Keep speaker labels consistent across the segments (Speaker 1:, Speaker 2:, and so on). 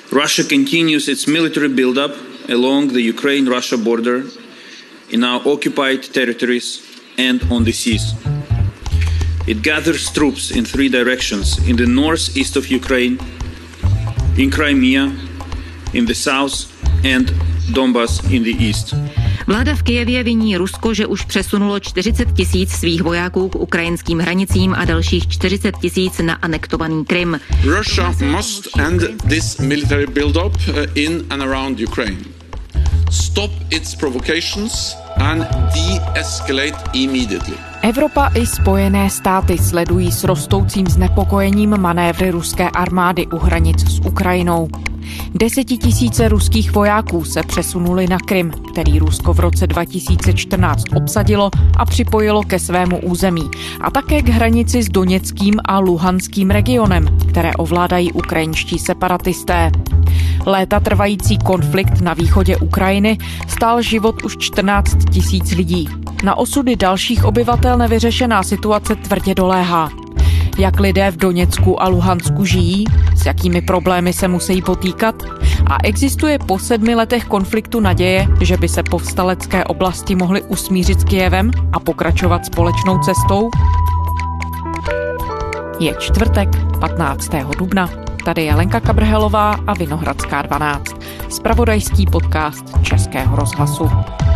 Speaker 1: Russia continues its military build-up along the Ukraine-Russia border in our occupied territories and on the seas. It gathers troops in three directions: in the northeast of Ukraine, in Crimea, in the south, and Donbas in the east.
Speaker 2: Vláda v Kyjevě viní Rusko, že už přesunulo 40 000 svých vojáků k ukrajinským hranicím a dalších 40 000 na anektovaný Krym.
Speaker 3: Russia must end this military build-up in and around Ukraine. Stop its provocations and de-escalate immediately.
Speaker 4: Evropa i Spojené státy sledují s rostoucím znepokojením manévry ruské armády u hranic s Ukrajinou. 10 000 ruských vojáků se přesunuli na Krym, který Rusko v roce 2014 obsadilo a připojilo ke svému území, a také k hranici s Doněckým a Luhanským regionem, které ovládají ukrajinští separatisté. Léta trvající konflikt na východě Ukrajiny stál život už 14 000 lidí. Na osudy dalších obyvatel nevyřešená situace tvrdě doléhá. Jak lidé v Doněcku a Luhansku žijí, s jakými problémy se musí potýkat, a existuje po 7 letech konfliktu naděje, že by se povstalecké oblasti mohly usmířit s Kyjevem a pokračovat společnou cestou? Je čtvrtek, 15. dubna. Tady je Lenka Kabrhelová a Vinohradská 12, zpravodajský podcast Českého rozhlasu.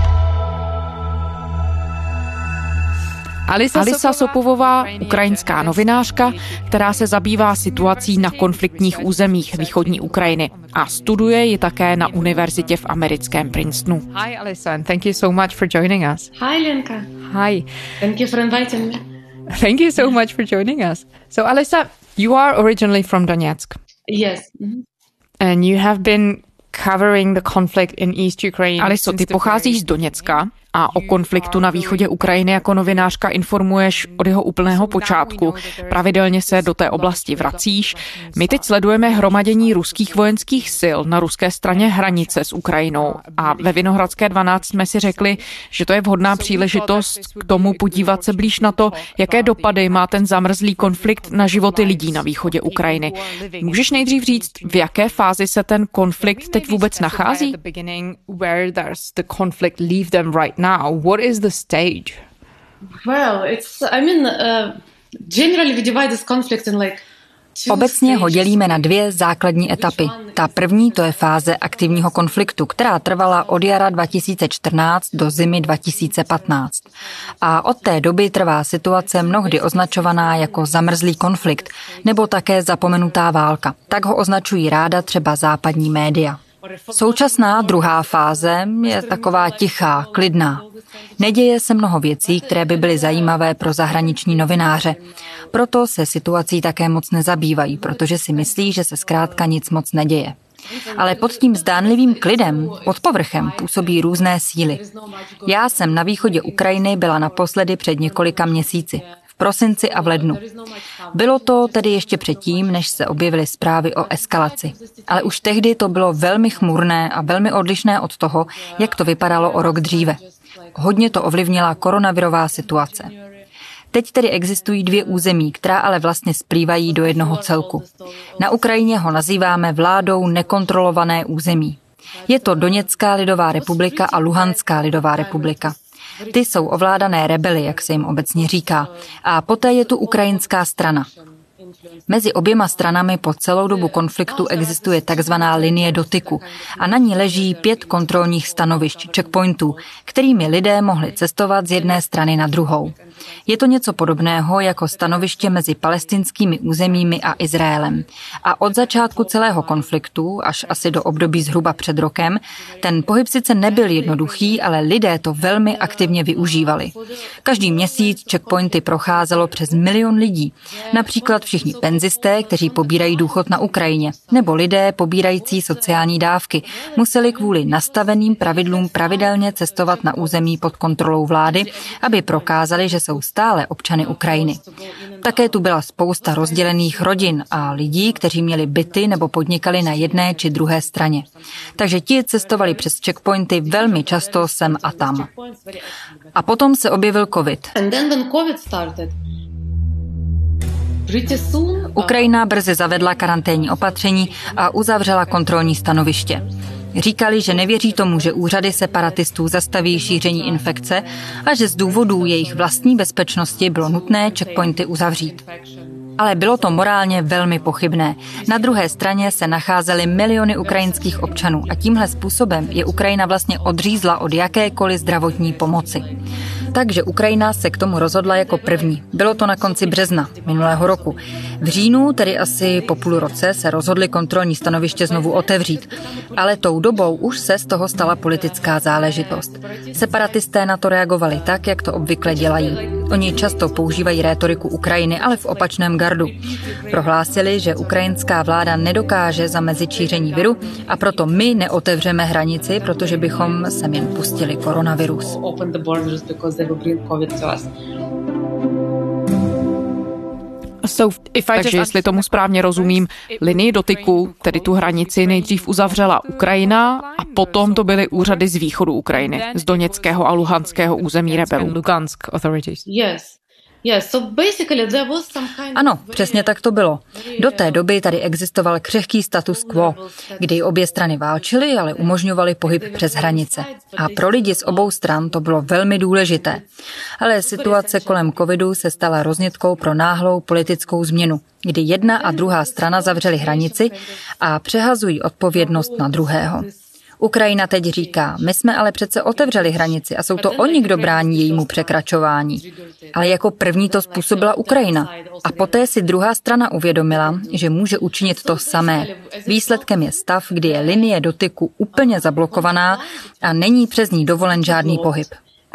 Speaker 4: Alisa Sopovová, ukrajinská novinářka, která se zabývá situací na konfliktních územích východní Ukrajiny a studuje ji také na univerzitě v americkém Princetonu. Hi Alisa, and thank you so much for joining us.
Speaker 5: Hi Lenka.
Speaker 4: Hi.
Speaker 5: Thank you for inviting me.
Speaker 4: Thank you so much for joining us. So Alisa, you are originally from Donetsk.
Speaker 5: Yes.
Speaker 4: And you have been covering the conflict in East Ukraine. Aliso, ty pocházíš z Doněcka a o konfliktu na východě Ukrajiny jako novinářka informuješ od jeho úplného počátku. Pravidelně se do té oblasti vracíš. My teď sledujeme hromadění ruských vojenských sil na ruské straně hranice s Ukrajinou a ve Vinohradské 12 jsme si řekli, že to je vhodná příležitost k tomu podívat se blíž na to, jaké dopady má ten zamrzlý konflikt na životy lidí na východě Ukrajiny. Můžeš nejdřív říct, v jaké fázi se ten konflikt teď vůbec nachází?
Speaker 6: Now, what is the stage?
Speaker 5: Well, generally we divide this conflict in
Speaker 7: Obecně ho dělíme na 2 základní etapy. Ta první, to je fáze aktivního konfliktu, která trvala od jara 2014 do zimy 2015. A od té doby trvá situace mnohdy označovaná jako zamrzlý konflikt nebo také zapomenutá válka. Tak ho označují ráda třeba západní média. Současná druhá fáze je taková tichá, klidná. Neděje se mnoho věcí, které by byly zajímavé pro zahraniční novináře. Proto se situací také moc nezabývají, protože si myslí, že se zkrátka nic moc neděje. Ale pod tím zdánlivým klidem, pod povrchem, působí různé síly. Já jsem na východě Ukrajiny byla naposledy před několika měsíci. V prosinci a v lednu. Bylo to tedy ještě předtím, než se objevily zprávy o eskalaci. Ale už tehdy to bylo velmi chmurné a velmi odlišné od toho, jak to vypadalo o rok dříve. Hodně to ovlivnila koronavirová situace. Teď tedy existují 2 území, která ale vlastně splývají do jednoho celku. Na Ukrajině ho nazýváme vládou nekontrolované území. Je to Doněcká lidová republika a Luhanská lidová republika. Ty jsou ovládané rebely, jak se jim obecně říká. A poté je tu ukrajinská strana. Mezi oběma stranami po celou dobu konfliktu existuje takzvaná linie dotyku a na ní leží 5 kontrolních stanovišť, checkpointů, kterými lidé mohli cestovat z jedné strany na druhou. Je to něco podobného jako stanoviště mezi palestinskými územími a Izraelem. A od začátku celého konfliktu, až asi do období zhruba před rokem, ten pohyb sice nebyl jednoduchý, ale lidé to velmi aktivně využívali. Každý měsíc checkpointy procházelo přes 1 milion lidí, například všichni penzisté, kteří pobírají důchod na Ukrajině, nebo lidé pobírající sociální dávky, museli kvůli nastaveným pravidlům pravidelně cestovat na území pod kontrolou vlády, aby prokázali, že jsou stále občany Ukrajiny. Také tu byla spousta rozdělených rodin a lidí, kteří měli byty nebo podnikali na jedné či druhé straně. Takže ti cestovali přes checkpointy velmi často sem a tam. A potom se objevil COVID. Ukrajina brzy zavedla karanténní opatření a uzavřela kontrolní stanoviště. Říkali, že nevěří tomu, že úřady separatistů zastaví šíření infekce a že z důvodů jejich vlastní bezpečnosti bylo nutné checkpointy uzavřít. Ale bylo to morálně velmi pochybné. Na druhé straně se nacházely miliony ukrajinských občanů a tímhle způsobem je Ukrajina vlastně odřízla od jakékoliv zdravotní pomoci. Takže Ukrajina se k tomu rozhodla jako první. Bylo to na konci března minulého roku. V říjnu, tedy asi po půl roce, se rozhodli kontrolní stanoviště znovu otevřít. Ale tou dobou už se z toho stala politická záležitost. Separatisté na to reagovali tak, jak to obvykle dělají. Oni často používají rétoriku Ukrajiny, ale v opačném gardu. Prohlásili, že ukrajinská vláda nedokáže zamezit šíření viru a proto my neotevřeme hranici, protože bychom sem jen pustili koronavirus.
Speaker 6: Takže jestli tomu správně rozumím, linii dotyku, tedy tu hranici, nejdřív uzavřela Ukrajina a potom to byly úřady z východu Ukrajiny, z Doněckého a Luhanského území rebelů.
Speaker 7: Ano, přesně tak to bylo. Do té doby tady existoval křehký status quo, kdy obě strany válčily, ale umožňovaly pohyb přes hranice. A pro lidi z obou stran to bylo velmi důležité. Ale situace kolem covidu se stala roznětkou pro náhlou politickou změnu, kdy jedna a druhá strana zavřely hranici a přehazují odpovědnost na druhého. Ukrajina teď říká, my jsme ale přece otevřeli hranici a jsou to oni, kdo brání jejímu překračování. Ale jako první to způsobila Ukrajina. A poté si druhá strana uvědomila, že může učinit to samé. Výsledkem je stav, kdy je linie dotyku úplně zablokovaná a není přes ní dovolen žádný pohyb.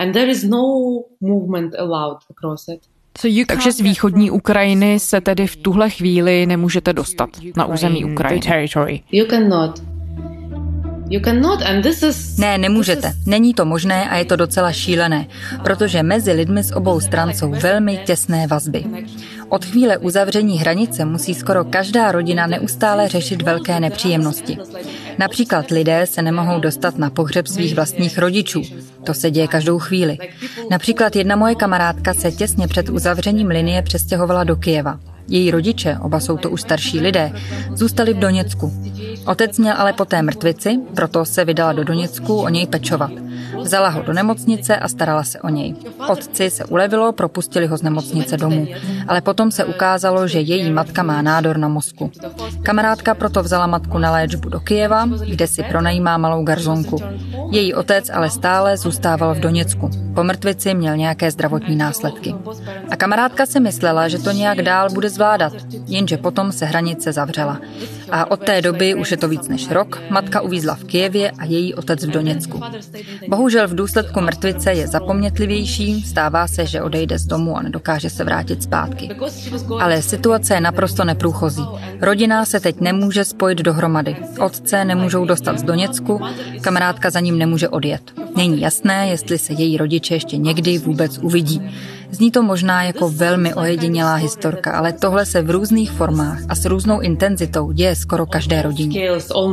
Speaker 6: Takže z východní Ukrajiny se tedy v tuhle chvíli nemůžete dostat na území Ukrajiny.
Speaker 7: Ne, nemůžete. Není to možné a je to docela šílené, protože mezi lidmi z obou stran jsou velmi těsné vazby. Od chvíle uzavření hranice musí skoro každá rodina neustále řešit velké nepříjemnosti. Například lidé se nemohou dostat na pohřeb svých vlastních rodičů. To se děje každou chvíli. Například jedna moje kamarádka se těsně před uzavřením linie přestěhovala do Kyjeva. Její rodiče, oba jsou to už starší lidé, zůstali v Doněcku. Otec měl ale poté mrtvici, proto se vydala do Doněcku o něj pečovat. Vzala ho do nemocnice a starala se o něj. Otci se ulevilo, propustili ho z nemocnice domů, ale potom se ukázalo, že její matka má nádor na mozku. Kamarádka proto vzala matku na léčbu do Kyjeva, kde si pronajímá malou garzonku. Její otec ale stále zůstával v Doněcku. Po mrtvici měl nějaké zdravotní následky. A kamarádka si myslela, že to nějak dál bude zvládat, jenže potom se hranice zavřela. A od té doby, už je to víc než rok, matka uvízla v Kyjevě a její otec v Doněcku. Bohužel v důsledku mrtvice je zapomnětlivější, stává se, že odejde z domu a nedokáže se vrátit zpátky. Ale situace je naprosto neprůchozí. Rodina se teď nemůže spojit dohromady. Otce nemůžou dostat z Doněcku, kamarádka za ním nemůže odjet. Není jasné, jestli se její rodiče ještě někdy vůbec uvidí. Zní to možná jako velmi ojedinělá historka, ale tohle se v různých formách a s různou intenzitou děje skoro každé rodině.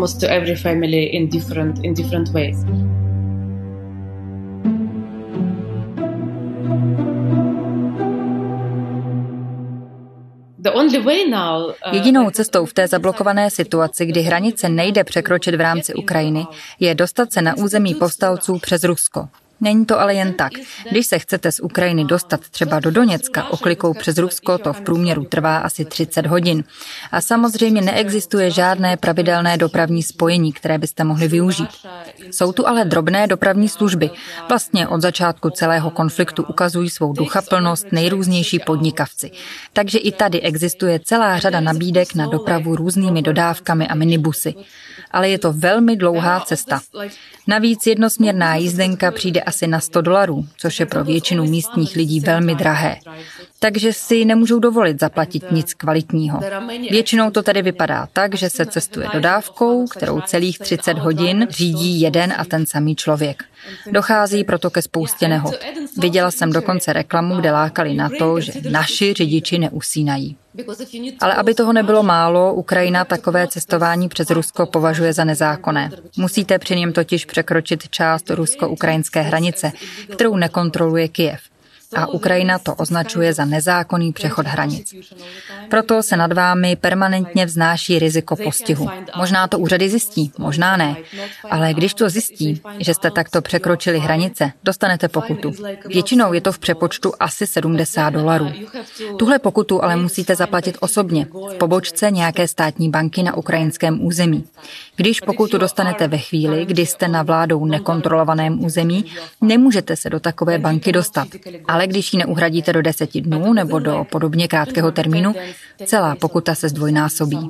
Speaker 7: Jedinou cestou v té zablokované situaci, kdy hranice nejde překročit v rámci Ukrajiny, je dostat se na území povstalců přes Rusko. Není to ale jen tak. Když se chcete z Ukrajiny dostat třeba do Doněcka oklikou přes Rusko, to v průměru trvá asi 30 hodin. A samozřejmě neexistuje žádné pravidelné dopravní spojení, které byste mohli využít. Jsou tu ale drobné dopravní služby. Vlastně od začátku celého konfliktu ukazují svou duchaplnost nejrůznější podnikavci. Takže i tady existuje celá řada nabídek na dopravu různými dodávkami a minibusy. Ale je to velmi dlouhá cesta. Navíc jednosměrná jízdenka přijde asi na $100, což je pro většinu místních lidí velmi drahé. Takže si nemůžou dovolit zaplatit nic kvalitního. Většinou to tedy vypadá tak, že se cestuje dodávkou, kterou celých 30 hodin řídí jeden a ten samý člověk. Dochází proto ke spoustě nehod. Viděla jsem dokonce reklamu, kde lákali na to, že naši řidiči neusínají. Ale aby toho nebylo málo, Ukrajina takové cestování přes Rusko považuje za nezákonné. Musíte při něm totiž překročit část rusko-ukrajinské hranice, kterou nekontroluje Kyjev. a Ukrajina to označuje za nezákonný přechod hranic. Proto se nad vámi permanentně vznáší riziko postihu. Možná to úřady zjistí, možná ne, ale když to zjistí, že jste takto překročili hranice, dostanete pokutu. Většinou je to v přepočtu asi $70. Tuhle pokutu ale musíte zaplatit osobně, v pobočce nějaké státní banky na ukrajinském území. Když pokutu dostanete ve chvíli, kdy jste na vládou nekontrolovaném území, nemůžete se do takové banky dostat. Ale když ji neuhradíte do 10 dnů nebo do podobně krátkého termínu, celá pokuta se zdvojnásobí.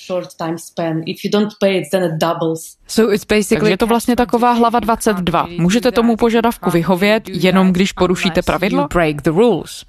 Speaker 6: Takže je to vlastně taková hlava 22. Můžete tomu požadavku vyhovět, jenom když porušíte pravidlo? Break the rules.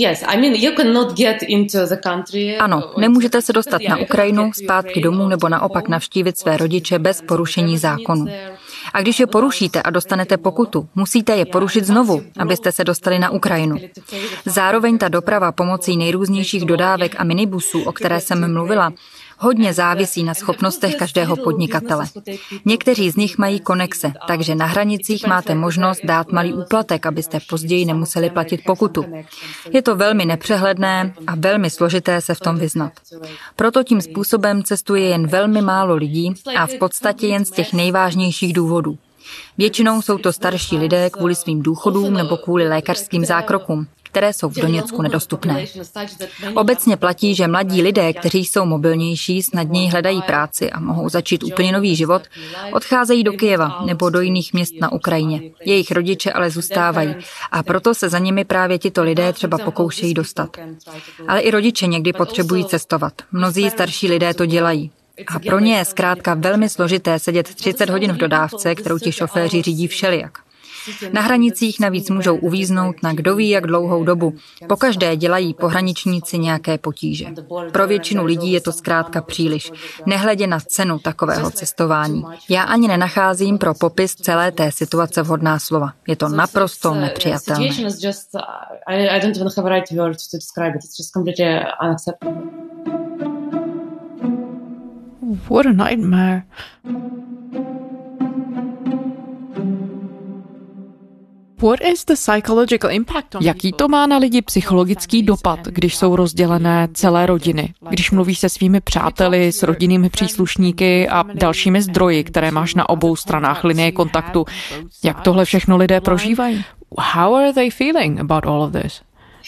Speaker 7: Ano, nemůžete se dostat na Ukrajinu, zpátky domů nebo naopak navštívit své rodiče bez porušení zákonu. A když je porušíte a dostanete pokutu, musíte je porušit znovu, abyste se dostali na Ukrajinu. Zároveň ta doprava pomocí nejrůznějších dodávek a minibusů, o které jsem mluvila, hodně závisí na schopnostech každého podnikatele. Někteří z nich mají konexe, takže na hranicích máte možnost dát malý úplatek, abyste později nemuseli platit pokutu. Je to velmi nepřehledné a velmi složité se v tom vyznat. Proto tím způsobem cestuje jen velmi málo lidí a v podstatě jen z těch nejvážnějších důvodů. Většinou jsou to starší lidé kvůli svým důchodům nebo kvůli lékařským zákrokům, které jsou v Doněcku nedostupné. Obecně platí, že mladí lidé, kteří jsou mobilnější, snadněji hledají práci a mohou začít úplně nový život, odcházejí do Kyjeva nebo do jiných měst na Ukrajině. Jejich rodiče ale zůstávají a proto se za nimi právě tito lidé třeba pokoušejí dostat. Ale i rodiče někdy potřebují cestovat. Mnozí starší lidé to dělají. A pro ně je zkrátka velmi složité sedět 30 hodin v dodávce, kterou ti šoféři řídí všelijak. Na hranicích navíc můžou uvíznout na kdo ví jak dlouhou dobu. Pokaždé dělají pohraničníci nějaké potíže. Pro většinu lidí je to zkrátka příliš, nehledě na cenu takového cestování. Já ani nenacházím pro popis celé té situace vhodná slova. Je to naprosto nepřijatelné.
Speaker 6: What a nightmare. Jaký to má na lidi psychologický dopad, když jsou rozdělené celé rodiny? Když mluvíš se svými přáteli, s rodinnými příslušníky a dalšími zdroji, které máš na obou stranách linie kontaktu, jak tohle všechno lidé prožívají? How are they feeling about all of this?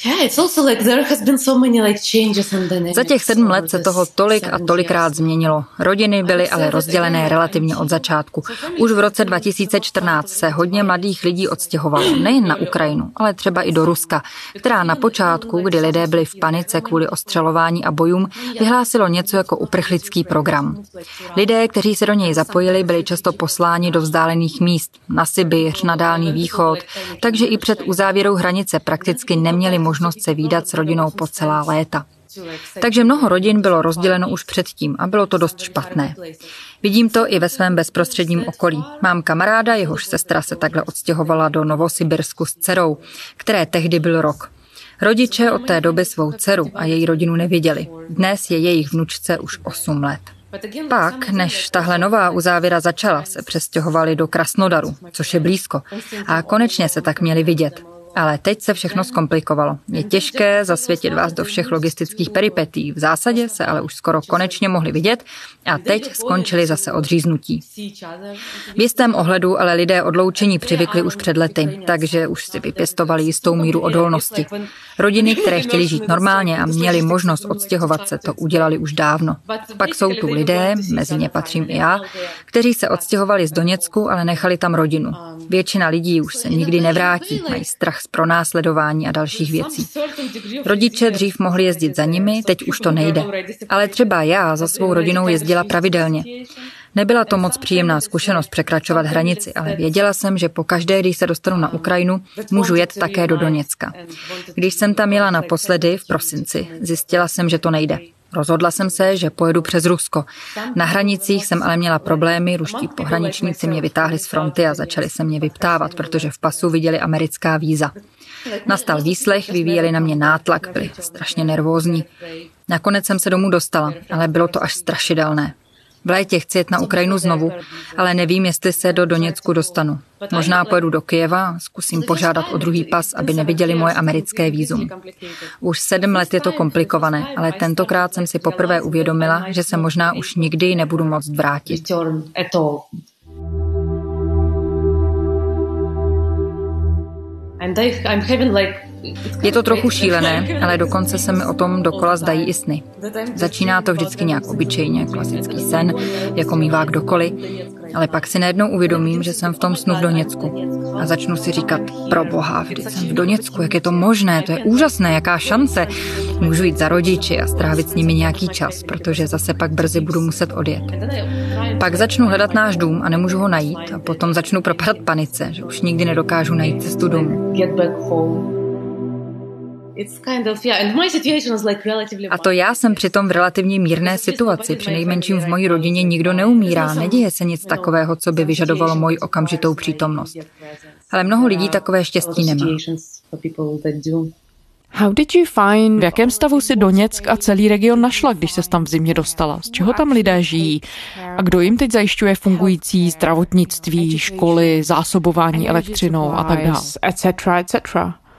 Speaker 7: Za těch 7 let se toho tolik a tolikrát změnilo. Rodiny byly ale rozdělené relativně od začátku. Už v roce 2014 se hodně mladých lidí odstěhovalo nejen na Ukrajinu, ale třeba i do Ruska, která na počátku, kdy lidé byli v panice kvůli ostřelování a bojům, vyhlásilo něco jako uprchlický program. Lidé, kteří se do něj zapojili, byli často posláni do vzdálených míst, na Sibiř, na Dálný východ, takže i před uzávěrou hranice prakticky neměli možnost se vídat s rodinou po celá léta. Takže mnoho rodin bylo rozděleno už předtím a bylo to dost špatné. Vidím to i ve svém bezprostředním okolí. Mám kamaráda, jehož sestra se takhle odstěhovala do Novosibirsku s dcerou, které tehdy byl rok. Rodiče od té doby svou dceru a její rodinu neviděli. Dnes je jejich vnučce už 8 let. Pak, než tahle nová uzávěra začala, se přestěhovali do Krasnodaru, což je blízko, a konečně se tak měli vidět. Ale teď se všechno zkomplikovalo. Je těžké zasvětit vás do všech logistických peripetí. V zásadě se ale už skoro konečně mohli vidět a teď skončili zase odříznutí. V jistém ohledu ale lidé odloučení přivykli už před lety, takže už si vypěstovali jistou míru odolnosti. Rodiny, které chtěli žít normálně a měli možnost odstěhovat se, to udělali už dávno. Pak jsou tu lidé, mezi ně patřím i já, kteří se odstěhovali z Doněcku, ale nechali tam rodinu. Většina lidí už se nikdy nevrátí, mají strach z pronásledování a dalších věcí. Rodiče dřív mohli jezdit za nimi, teď už to nejde. Ale třeba já za svou rodinou jezdila pravidelně. Nebyla to moc příjemná zkušenost překračovat hranici, ale věděla jsem, že pokaždé, když se dostanu na Ukrajinu, můžu jet také do Doněcka. Když jsem tam jela naposledy v prosinci, zjistila jsem, že to nejde. Rozhodla jsem se, že pojedu přes Rusko. Na hranicích jsem ale měla problémy, ruští pohraničníci mě vytáhli z fronty a začali se mě vyptávat, protože v pasu viděli americká víza. Nastal výslech, vyvíjeli na mě nátlak, byli strašně nervózní. Nakonec jsem se domů dostala, ale bylo to až strašidelné. V létě chci jet na Ukrajinu znovu, ale nevím, jestli se do Doněcku dostanu. Možná pojedu do Kyjeva, zkusím požádat o druhý pas, aby neviděli moje americké vízum. Už 7 let je to komplikované, ale tentokrát jsem si poprvé uvědomila, že se možná už nikdy nebudu moct vrátit. Je to trochu šílené, ale dokonce se mi o tom dokola zdají i sny. Začíná to vždycky nějak obyčejně, klasický sen, jako mívá kdokoliv, ale pak si najednou uvědomím, že jsem v tom snu v Doněcku. A začnu si říkat, proboha, vždyť jsem v Doněcku, jak je to možné, to je úžasné, jaká šance. Můžu jít za rodiči a strávit s nimi nějaký čas, protože zase pak brzy budu muset odjet. Pak začnu hledat náš dům a nemůžu ho najít a potom začnu propadat panice, že už nikdy nedokážu najít cestu domů. A to já jsem přitom v relativně mírné situaci. Přinejmenším v mojí rodině nikdo neumírá, neděje se nic takového, co by vyžadovalo moji okamžitou přítomnost. Ale mnoho lidí takové štěstí nemá.
Speaker 6: How did you find, v jakém stavu si Doněck a celý region našla, když se tam v zimě dostala? Z čeho tam lidé žijí? A kdo jim teď zajišťuje fungující zdravotnictví, školy, zásobování elektřinou a tak dále? Etc.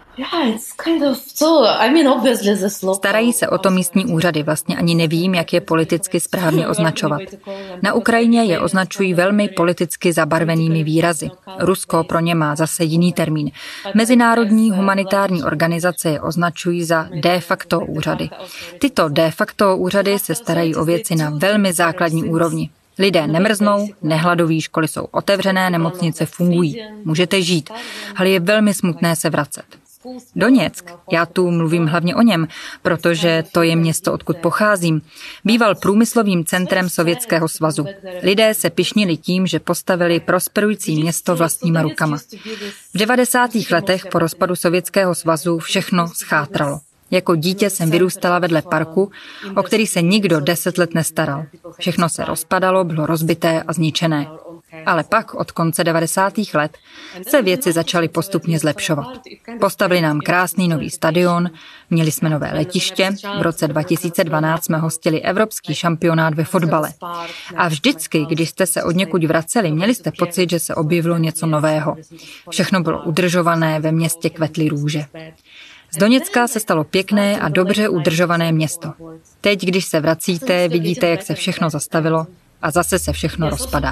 Speaker 7: Starají se o to místní úřady, vlastně ani nevím, jak je politicky správně označovat. Na Ukrajině je označují velmi politicky zabarvenými výrazy. Rusko pro ně má zase jiný termín. Mezinárodní humanitární organizace je označují za de facto úřady. Tyto de facto úřady se starají o věci na velmi základní úrovni. Lidé nemrznou, nehladoví, školy jsou otevřené, nemocnice fungují. Můžete žít, ale je velmi smutné se vracet. Doněck, já tu mluvím hlavně o něm, protože to je město, odkud pocházím, býval průmyslovým centrem Sovětského svazu. Lidé se pyšnili tím, že postavili prosperující město vlastníma rukama. V 90. letech po rozpadu Sovětského svazu všechno schátralo. Jako dítě jsem vyrůstala vedle parku, o který se nikdo 10 let nestaral. Všechno se rozpadalo, bylo rozbité a zničené. Ale pak od konce 90. let se věci začaly postupně zlepšovat. Postavili nám krásný nový stadion, měli jsme nové letiště, v roce 2012 jsme hostili evropský šampionát ve fotbale. A vždycky, když jste se odněkud vraceli, měli jste pocit, že se objevilo něco nového. Všechno bylo udržované, ve městě kvetly růže. Z Doněcka se stalo pěkné a dobře udržované město. Teď, když se vracíte, vidíte, jak se všechno zastavilo a zase se všechno rozpadá.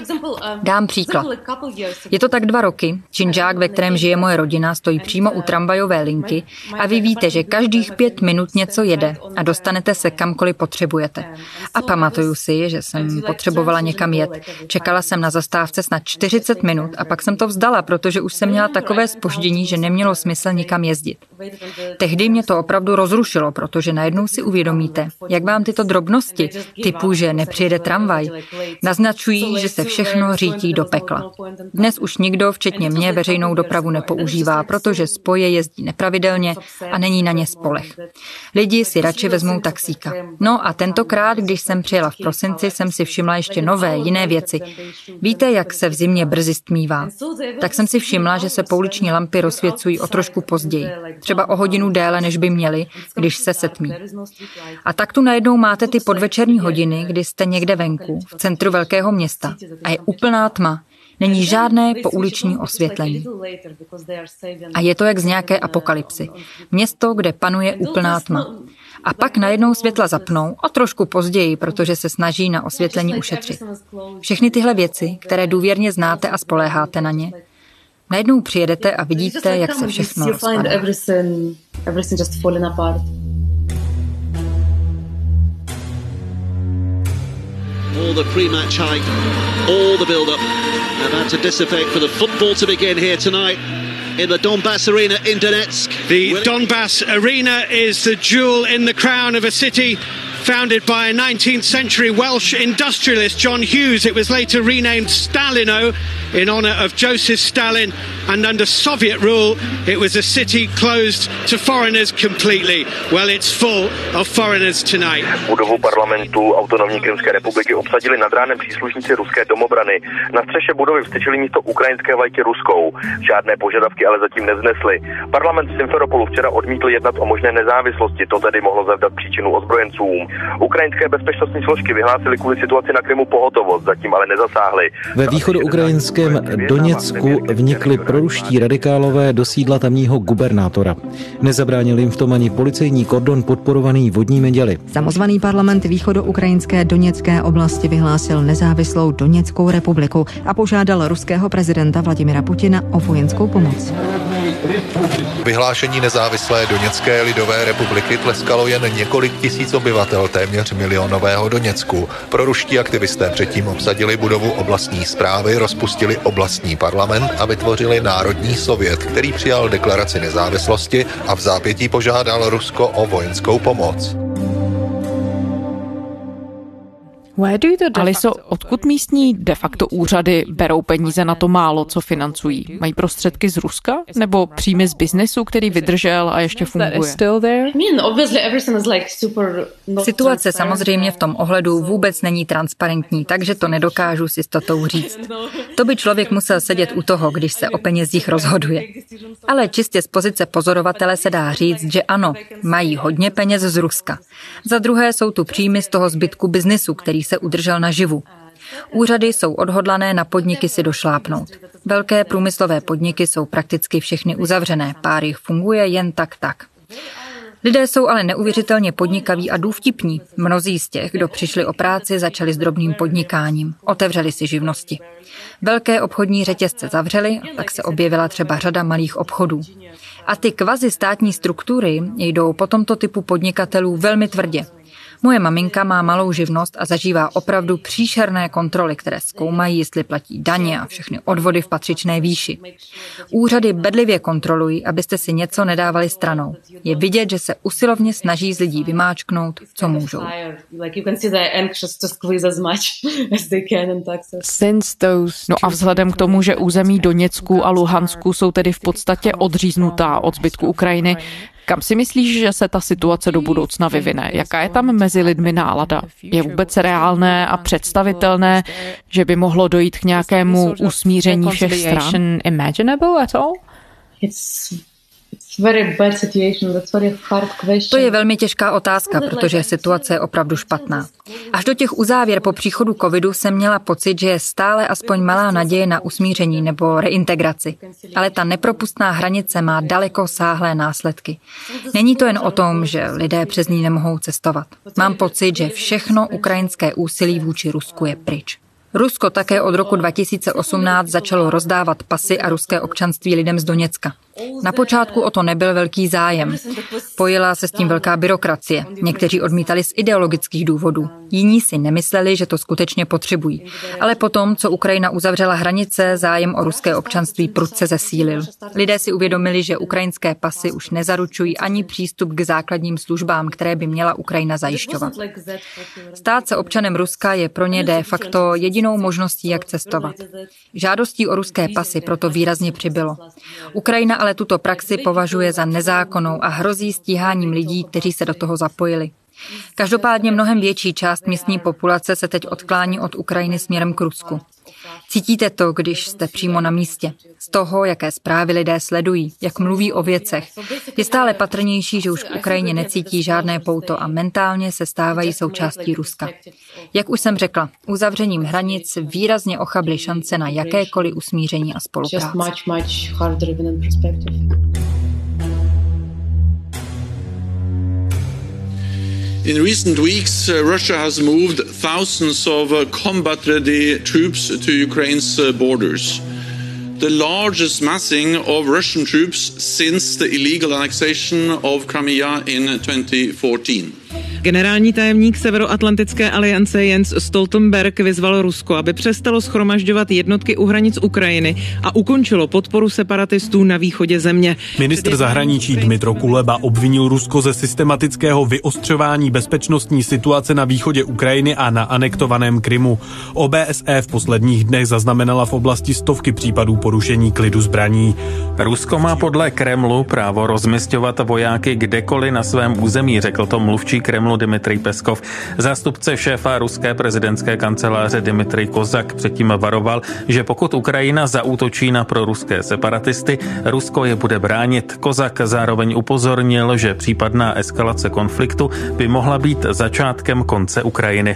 Speaker 7: Dám příklad. Je to tak 2 roky, činžák, ve kterém žije moje rodina, stojí přímo u tramvajové linky a vy víte, že každých 5 minut něco jede a dostanete se kamkoliv potřebujete. A pamatuju si, že jsem potřebovala někam jet. Čekala jsem na zastávce snad 40 minut a pak jsem to vzdala, protože už jsem měla takové zpoždění, že nemělo smysl nikam jezdit. Tehdy mě to opravdu rozrušilo, protože najednou si uvědomíte, jak vám tyto drobnosti, typu, že nepřijede tramvaj, naznačují, že se všechno řítí do pekla. Dnes už nikdo, včetně mě, veřejnou dopravu nepoužívá, protože spoje jezdí nepravidelně a není na ně spoleh. Lidi si radši vezmou taxíka. No a tentokrát, když jsem přijela v prosinci, jsem si všimla ještě nové, jiné věci. Víte, jak se v zimě brzy stmívá? Tak jsem si všimla, že se pouliční lampy rozsvěcují o trošku později. Třeba o hodinu déle, než by měly, když se setmí. A tak tu najednou máte ty podvečerní hodiny, kdy jste někde venku, v centru velkého města a je úplná tma. Není žádné pouliční osvětlení. A je to jak z nějaké apokalypsy. Město, kde panuje úplná tma. A pak najednou světla zapnou a trošku později, protože se snaží na osvětlení ušetřit. Všechny tyhle věci, které důvěrně znáte a spoléháte na ně, najednou přijedete a vidíte, jak se všechno rozpadá.
Speaker 8: All the pre-match hype, all the build-up have had to dissipate for the football to begin here tonight in the Donbass Arena in Donetsk.
Speaker 9: The Donbass Arena is the jewel in the crown of a city founded by a 19th century Welsh industrialist John Hughes. It was later renamed Stalino in honour of Joseph Stalin, and under Soviet rule it was a city closed to foreigners completely. Well, it's full of foreigners tonight.
Speaker 10: Budovu parlamentu autonomní Krymské republiky obsadili nad ránem příslušníci ruské domobrany. Na střeše budovy vstyčili místo ukrajinské vlajky ruskou. Žádné požadavky ale zatím nevznesli. Parlament v Simferopolu včera odmítl jednat o možné nezávislosti, to tedy mohlo zavdat příčinu ozbrojencům. Ukrajinské bezpečnostní složky vyhlásily kvůli situaci na Krymu pohotovost, zatím ale nezasáhly.
Speaker 11: Ve východoukrajinském Doněcku vnikli proruští radikálové do sídla tamního gubernátora. Nezabránil jim v tom ani policejní kordon podporovaný vodními děly.
Speaker 7: Samozvaný parlament východoukrajinské Doněcké oblasti vyhlásil nezávislou Doněckou republiku a požádal ruského prezidenta Vladimira Putina o vojenskou pomoc.
Speaker 12: Vyhlášení nezávislé Doněcké lidové republiky tleskalo jen několik tisíc obyvatel téměř milionového Doněcku. Proruští aktivisté předtím obsadili budovu oblastní správy, rozpustili oblastní parlament a vytvořili Národní sovět, který přijal deklaraci nezávislosti a v zápětí požádal Rusko o vojenskou pomoc.
Speaker 6: Aliso, odkud místní de facto úřady berou peníze na to málo, co financují? Mají prostředky z Ruska? Nebo příjmy z biznesu, který vydržel a ještě funguje?
Speaker 7: Situace samozřejmě v tom ohledu vůbec není transparentní, takže to nedokážu s jistotou říct. To by člověk musel sedět u toho, když se o penězích rozhoduje. Ale čistě z pozice pozorovatele se dá říct, že ano, mají hodně peněz z Ruska. Za druhé jsou tu příjmy z toho zbytku biznesu, který se udržel naživu. Úřady jsou odhodlané na podniky si došlápnout. Velké průmyslové podniky jsou prakticky všechny uzavřené, pár jich funguje jen tak. Lidé jsou ale neuvěřitelně podnikaví a důvtipní. Mnozí z těch, kdo přišli o práci, začali s drobným podnikáním. Otevřeli si živnosti. Velké obchodní řetězce zavřely, tak se objevila třeba řada malých obchodů. A ty kvazi státní struktury jdou po tomto typu podnikatelů velmi tvrdě. Moje maminka má malou živnost a zažívá opravdu příšerné kontroly, které zkoumají, jestli platí daně a všechny odvody v patřičné výši. Úřady bedlivě kontrolují, abyste si něco nedávali stranou. Je vidět, že se usilovně snaží z lidí vymáčknout, co můžou.
Speaker 6: No a vzhledem k tomu, že území Doněcku a Luhansku jsou tedy v podstatě odříznutá od zbytku Ukrajiny, kam si myslíš, že se ta situace do budoucna vyvine? Jaká je tam mezi lidmi nálada? Je vůbec reálné a představitelné, že by mohlo dojít k nějakému usmíření všech stran?
Speaker 7: To je velmi těžká otázka, protože situace je opravdu špatná. Až do těch uzávěr po příchodu covidu jsem měla pocit, že je stále aspoň malá naděje na usmíření nebo reintegraci. Ale ta nepropustná hranice má dalekosáhlé následky. Není to jen o tom, že lidé přes ní nemohou cestovat. Mám pocit, že všechno ukrajinské úsilí vůči Rusku je pryč. Rusko také od roku 2018 začalo rozdávat pasy a ruské občanství lidem z Doněcka. Na počátku o to nebyl velký zájem. Pojila se s tím velká byrokracie. Někteří odmítali z ideologických důvodů. Jiní si nemysleli, že to skutečně potřebují. Ale potom, co Ukrajina uzavřela hranice, zájem o ruské občanství prudce zesílil. Lidé si uvědomili, že ukrajinské pasy už nezaručují ani přístup k základním službám, které by měla Ukrajina zajišťovat. Stát se občanem Ruska je pro ně de facto jedinou možností, jak cestovat. Žádostí o ruské pasy proto výrazně přibylo. Ukrajina ale tuto praxi považuje za nezákonnou a hrozí stíháním lidí, kteří se do toho zapojili. Každopádně mnohem větší část místní populace se teď odklání od Ukrajiny směrem k Rusku. Cítíte to, když jste přímo na místě. Z toho, jaké zprávy lidé sledují, jak mluví o věcech. Je stále patrnější, že už v Ukrajině necítí žádné pouto a mentálně se stávají součástí Ruska. Jak už jsem řekla, uzavřením hranic výrazně ochably šance na jakékoliv usmíření a spolupráci.
Speaker 3: In recent weeks, Russia has moved thousands of combat-ready troops to Ukraine's borders. The largest massing of Russian troops since the illegal annexation of Crimea in 2014.
Speaker 13: Generální tajemník Severoatlantické aliance Jens Stoltenberg vyzval Rusko, aby přestalo shromažďovat jednotky u hranic Ukrajiny a ukončilo podporu separatistů na východě země.
Speaker 14: Ministr zahraničí Dmytro Kuleba obvinil Rusko ze systematického vyostřování bezpečnostní situace na východě Ukrajiny a na anektovaném Krymu. OBSE v posledních dnech zaznamenala v oblasti stovky případů porušení klidu zbraní.
Speaker 15: Rusko má podle Kremlu právo rozmisťovat vojáky kdekoliv na svém území, řekl to mluvčí Kremlu Kremlu Dmitrij Peskov. Zástupce šéfa ruské prezidentské kanceláře Dmitrij Kozak předtím varoval, že pokud Ukrajina zaútočí na proruské separatisty, Rusko je bude bránit. Kozak zároveň upozornil, že případná eskalace konfliktu by mohla být začátkem konce Ukrajiny.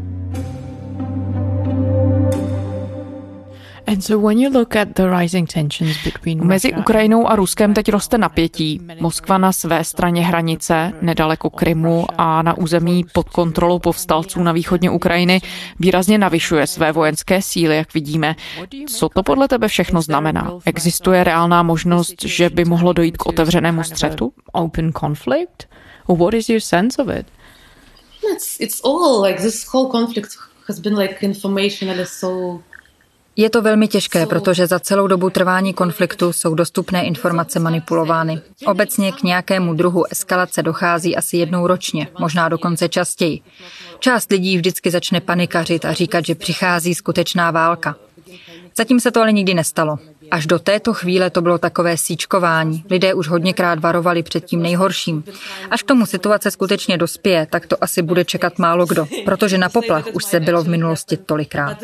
Speaker 6: Mezi Ukrajinou a Ruskem teď roste napětí. Moskva na své straně hranice, nedaleko Krymu a na území pod kontrolou povstalců na východně Ukrajiny výrazně navyšuje své vojenské síly, jak vidíme. Co to podle tebe všechno znamená? Existuje reálná možnost, že by mohlo dojít k otevřenému střetu? Open conflict? What is your sense of it?
Speaker 5: It's all like this whole conflict has been like information so.
Speaker 7: Je to velmi těžké, protože za celou dobu trvání konfliktu jsou dostupné informace manipulovány. Obecně k nějakému druhu eskalace dochází asi jednou ročně, možná dokonce častěji. Část lidí vždycky začne panikařit a říkat, že přichází skutečná válka. Zatím se to ale nikdy nestalo. Až do této chvíle to bylo takové síčkování. Lidé už hodněkrát varovali před tím nejhorším. Až k tomu situace skutečně dospěje, tak to asi bude čekat málo kdo, protože na poplach už se bylo v minulosti tolikrát.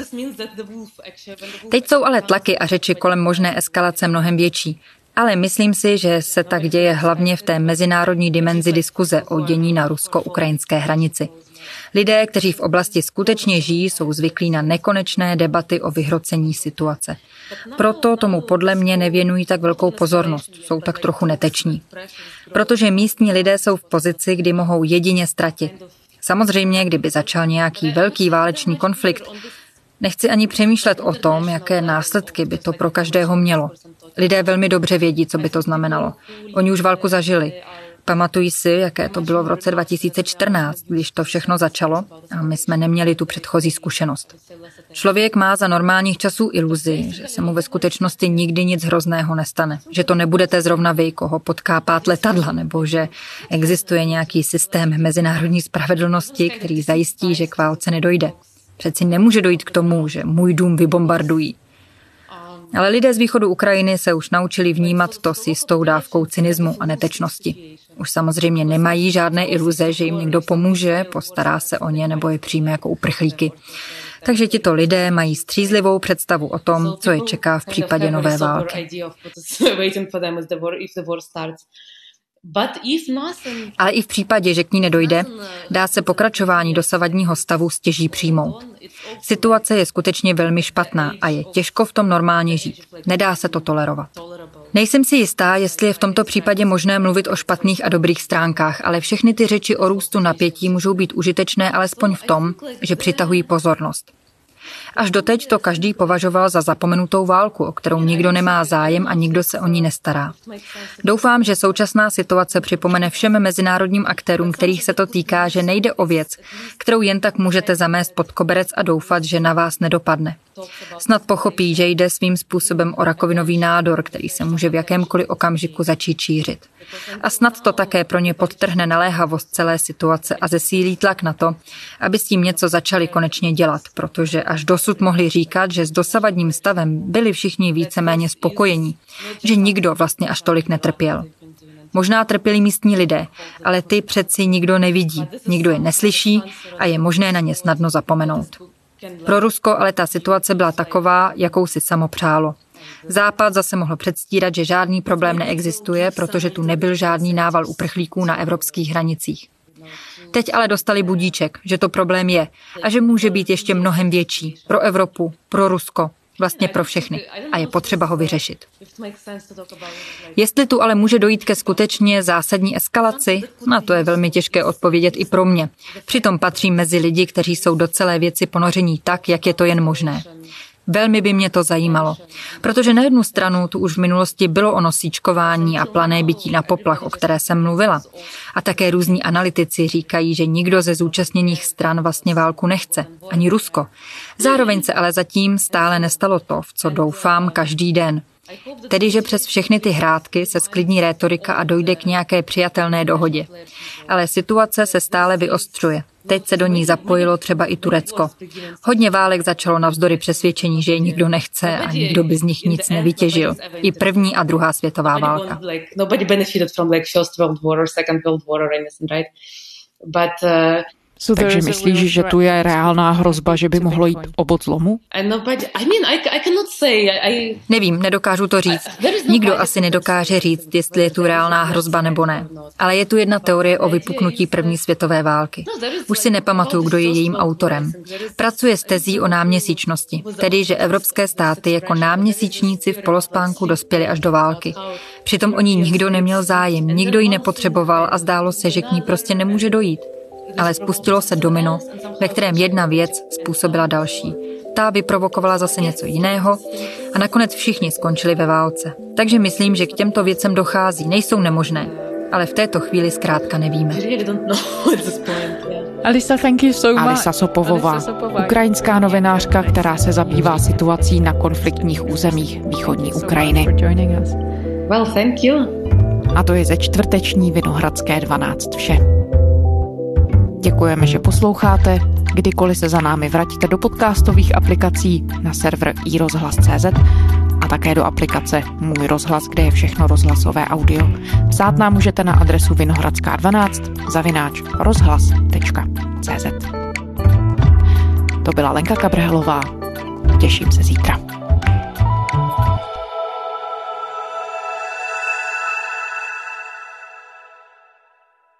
Speaker 7: Teď jsou ale tlaky a řeči kolem možné eskalace mnohem větší. Ale myslím si, že se tak děje hlavně v té mezinárodní dimenzi diskuze o dění na rusko-ukrajinské hranici. Lidé, kteří v oblasti skutečně žijí, jsou zvyklí na nekonečné debaty o vyhrocení situace. Proto tomu podle mě nevěnují tak velkou pozornost, jsou tak trochu neteční. Protože místní lidé jsou v pozici, kdy mohou jedině ztratit. Samozřejmě, kdyby začal nějaký velký válečný konflikt, nechci ani přemýšlet o tom, jaké následky by to pro každého mělo. Lidé velmi dobře vědí, co by to znamenalo. Oni už válku zažili. Pamatují si, jaké to bylo v roce 2014, když to všechno začalo a my jsme neměli tu předchozí zkušenost. Člověk má za normálních časů iluzi, že se mu ve skutečnosti nikdy nic hrozného nestane, že to nebudete zrovna vy, koho potká pát letadla, nebo že existuje nějaký systém mezinárodní spravedlnosti, který zajistí, že k válce nedojde. Přeci nemůže dojít k tomu, že můj dům vybombardují. Ale lidé z východu Ukrajiny se už naučili vnímat to s jistou dávkou cynismu a netečnosti. Už samozřejmě nemají žádné iluze, že jim někdo pomůže, postará se o ně nebo je přijme jako uprchlíky. Takže tito lidé mají střízlivou představu o tom, co je čeká v případě nové války. Ale i v případě, že k ní nedojde, dá se pokračování dosavadního stavu stěží přijmout. Situace je skutečně velmi špatná a je těžko v tom normálně žít. Nedá se to tolerovat. Nejsem si jistá, jestli je v tomto případě možné mluvit o špatných a dobrých stránkách, ale všechny ty řeči o růstu napětí můžou být užitečné alespoň v tom, že přitahují pozornost. Až doteď to každý považoval za zapomenutou válku, o kterou nikdo nemá zájem a nikdo se o ní nestará. Doufám, že současná situace připomene všem mezinárodním aktérům, kterých se to týká, že nejde o věc, kterou jen tak můžete zamést pod koberec a doufat, že na vás nedopadne. Snad pochopí, že jde svým způsobem o rakovinový nádor, který se může v jakémkoliv okamžiku začít šířit. A snad to také pro ně podtrhne naléhavost celé situace a zesílí tlak na to, aby s tím něco začali konečně dělat, protože až dosud mohli říkat, že s dosavadním stavem byli všichni víceméně spokojení, že nikdo vlastně až tolik netrpěl. Možná trpěli místní lidé, ale ty přeci nikdo nevidí, nikdo je neslyší a je možné na ně snadno zapomenout. Pro Rusko ale ta situace byla taková, jakou si samo přálo. Západ zase mohl předstírat, že žádný problém neexistuje, protože tu nebyl žádný nával uprchlíků na evropských hranicích. Teď ale dostali budíček, že to problém je a že může být ještě mnohem větší. Pro Evropu, pro Rusko, vlastně pro všechny. A je potřeba ho vyřešit. Jestli tu ale může dojít ke skutečně zásadní eskalaci, na to je velmi těžké odpovědět i pro mě. Přitom patřím mezi lidi, kteří jsou do celé věci ponoření tak, jak je to jen možné. Velmi by mě to zajímalo, protože na jednu stranu tu už v minulosti bylo ono síčkování a plané bytí na poplach, o které jsem mluvila. A také různí analytici říkají, že nikdo ze zúčastněných stran vlastně válku nechce, ani Rusko. Zároveň se ale zatím stále nestalo to, v co doufám každý den. Tedy, že přes všechny ty hrátky se sklidní rétorika a dojde k nějaké přijatelné dohodě. Ale situace se stále vyostřuje. Teď se do ní zapojilo třeba i Turecko. Hodně válek začalo navzdory přesvědčení, že je nikdo nechce a nikdo by z nich nic nevytěžil. I první a druhá světová válka.
Speaker 6: Takže myslíš, že tu je reálná hrozba, že by mohlo jít o bod zlomu?
Speaker 7: Nevím, nedokážu to říct. Nikdo asi nedokáže říct, jestli je tu reálná hrozba nebo ne. Ale je tu jedna teorie o vypuknutí první světové války. Už si nepamatuju, kdo je jejím autorem. Pracuje s tezí o náměsíčnosti, tedy že evropské státy jako náměsíčníci v polospánku dospěli až do války. Přitom o ní nikdo neměl zájem, nikdo ji nepotřeboval a zdálo se, že k ní prostě nemůže dojít. Ale spustilo se domino, ve kterém jedna věc způsobila další. Ta vyprovokovala zase něco jiného a nakonec všichni skončili ve válce. Takže myslím, že k těmto věcem dochází, nejsou nemožné, ale v této chvíli zkrátka nevíme.
Speaker 6: Alisa Sopovová, ukrajinská novinářka, která se zabývá situací na konfliktních územích východní Ukrajiny.
Speaker 5: Well, thank you.
Speaker 6: A to je ze čtvrteční Vinohradské 12 vše. Děkujeme, že posloucháte. Kdykoliv se za námi vraťte do podcastových aplikací na server iRozhlas.cz a také do aplikace Můj rozhlas, kde je všechno rozhlasové audio. Psát nám můžete na adresu vinohradská12@rozhlas.cz. To byla Lenka Kabrhelová. Těším se zítra.